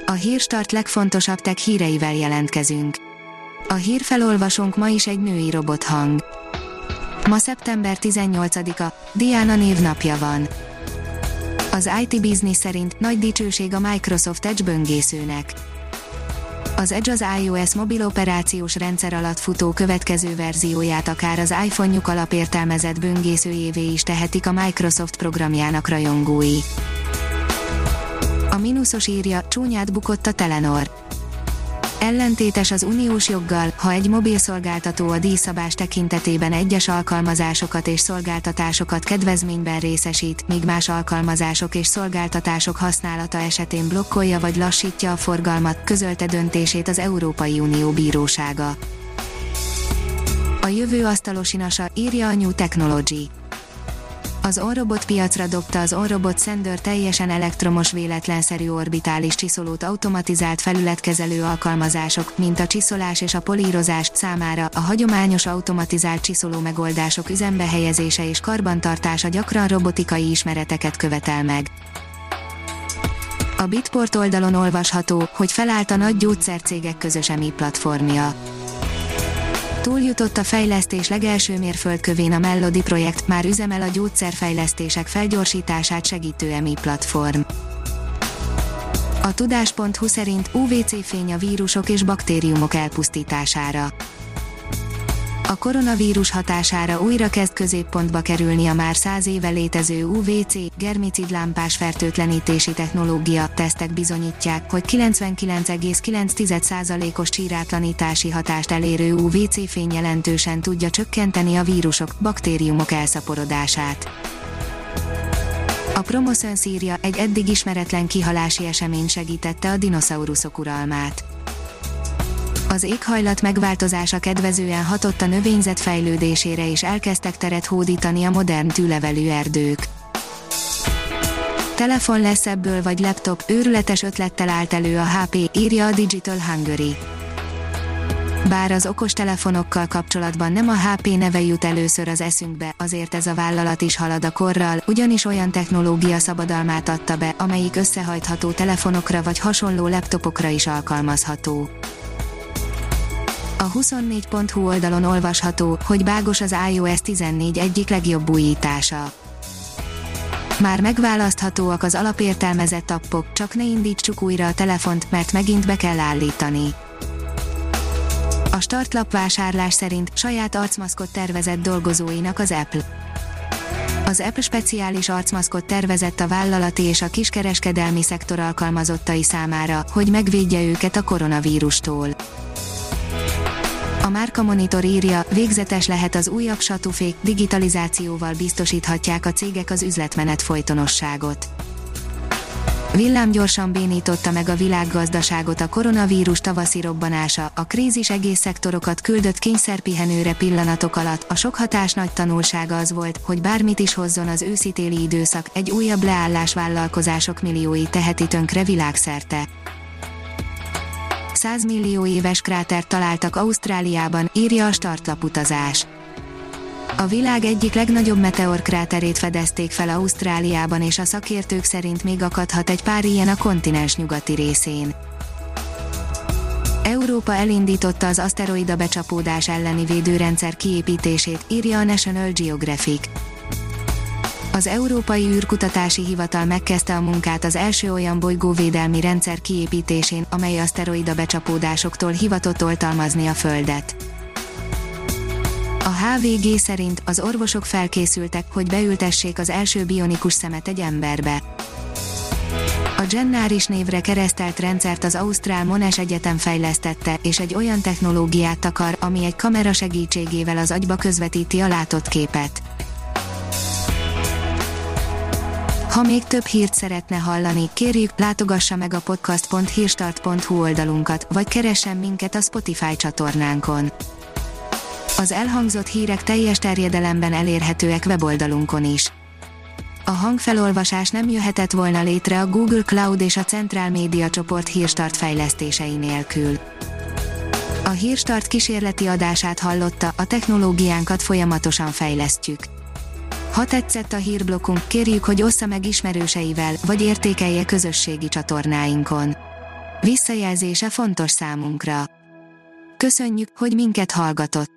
A Hírstart legfontosabb tech híreivel jelentkezünk. A hírfelolvasónk ma is egy női robothang. Ma szeptember 18-a, Diana névnapja van. Az IT Business szerint nagy dicsőség a Microsoft Edge böngészőnek. Az Edge az iOS mobil operációs rendszer alatt futó következő verzióját akár az iPhone-juk alapértelmezett böngészőjévé is tehetik a Microsoft programjának rajongói. A Minusos írja, csúnyát bukott a Telenor. Ellentétes az uniós joggal, ha egy mobilszolgáltató a díjszabás tekintetében egyes alkalmazásokat és szolgáltatásokat kedvezményben részesít, míg más alkalmazások és szolgáltatások használata esetén blokkolja vagy lassítja a forgalmat, közölte döntését az Európai Unió bírósága. A jövő asztalosinasa, írja a New Technology. Az OnRobot piacra dobta az OnRobot Sender teljesen elektromos véletlenszerű orbitális csiszolót automatizált felületkezelő alkalmazások, mint a csiszolás és a polírozás számára. A hagyományos automatizált csiszoló megoldások üzembe helyezése és karbantartása gyakran robotikai ismereteket követel meg. A Bitport oldalon olvasható, hogy felállt a nagy gyógyszercégek közös EMI platformja. Túljutott a fejlesztés legelső mérföldkövén a Melody projekt, már üzemel a gyógyszerfejlesztések felgyorsítását segítő EMI platform. A tudás.hu szerint UVC-fény a vírusok és baktériumok elpusztítására. A koronavírus hatására újra kezd középpontba kerülni a már 100 éve létező UVC, germicidlámpás fertőtlenítési technológia. Tesztek bizonyítják, hogy 99,9%-os csírátlanítási hatást elérő UVC-fény jelentősen tudja csökkenteni a vírusok, baktériumok elszaporodását. A Promoszöns írja, egy eddig ismeretlen kihalási esemény segítette a dinoszauruszok uralmát. Az éghajlat megváltozása kedvezően hatott a növényzet fejlődésére és elkezdtek teret hódítani a modern tűlevelű erdők. Telefon lesz ebből vagy laptop, őrületes ötlettel állt elő a HP, írja a Digital Hungary. Bár az okostelefonokkal kapcsolatban nem a HP neve jut először az eszünkbe, azért ez a vállalat is halad a korral, ugyanis olyan technológia szabadalmát adta be, amelyik összehajtható telefonokra vagy hasonló laptopokra is alkalmazható. A 24.hu oldalon olvasható, hogy bágos az iOS 14 egyik legjobb újítása. Már megválaszthatóak az alapértelmezett appok, csak ne indítsuk újra a telefont, mert megint be kell állítani. A startlap vásárlás szerint saját arcmaszkot tervezett dolgozóinak az Apple. Az Apple speciális arcmaszkot tervezett a vállalati és a kiskereskedelmi szektor alkalmazottai számára, hogy megvédje őket a koronavírustól. A Márka Monitor írja, végzetes lehet az újabb satúfék, digitalizációval biztosíthatják a cégek az üzletmenet folytonosságot. Villámgyorsan bénította meg a világgazdaságot a koronavírus tavaszi robbanása, a krízis egész szektorokat küldött kényszerpihenőre pillanatok alatt. A sok hatás nagy tanulsága az volt, hogy bármit is hozzon az őszi-téli időszak, egy újabb leállás vállalkozások milliói teheti tönkre világszerte. 100 millió éves krátert találtak Ausztráliában, írja a Startlaputazás. A világ egyik legnagyobb meteorkráterét fedezték fel Ausztráliában, és a szakértők szerint még akadhat egy pár ilyen a kontinens nyugati részén. Európa elindította az aszteroida becsapódás elleni védőrendszer kiépítését, írja a National Geographic. Az Európai űrkutatási hivatal megkezdte a munkát az első olyan bolygóvédelmi rendszer kiépítésén, amely aszteroida becsapódásoktól hivatott oltalmazni a Földet. A HVG szerint az orvosok felkészültek, hogy beültessék az első bionikus szemet egy emberbe. A Gennaris névre keresztelt rendszert az ausztrál Monash Egyetem fejlesztette, és egy olyan technológiát takar, ami egy kamera segítségével az agyba közvetíti a látott képet. Ha még több hírt szeretne hallani, kérjük, látogassa meg a podcast.hírstart.hu oldalunkat, vagy keressen minket a Spotify csatornánkon. Az elhangzott hírek teljes terjedelemben elérhetőek weboldalunkon is. A hangfelolvasás nem jöhetett volna létre a Google Cloud és a Central Media csoport Hírstart fejlesztései nélkül. A Hírstart kísérleti adását hallotta, a technológiánkat folyamatosan fejlesztjük. Ha tetszett a hírblokkunk, kérjük, hogy ossza meg ismerőseivel, vagy értékelje közösségi csatornáinkon. Visszajelzése fontos számunkra. Köszönjük, hogy minket hallgatott!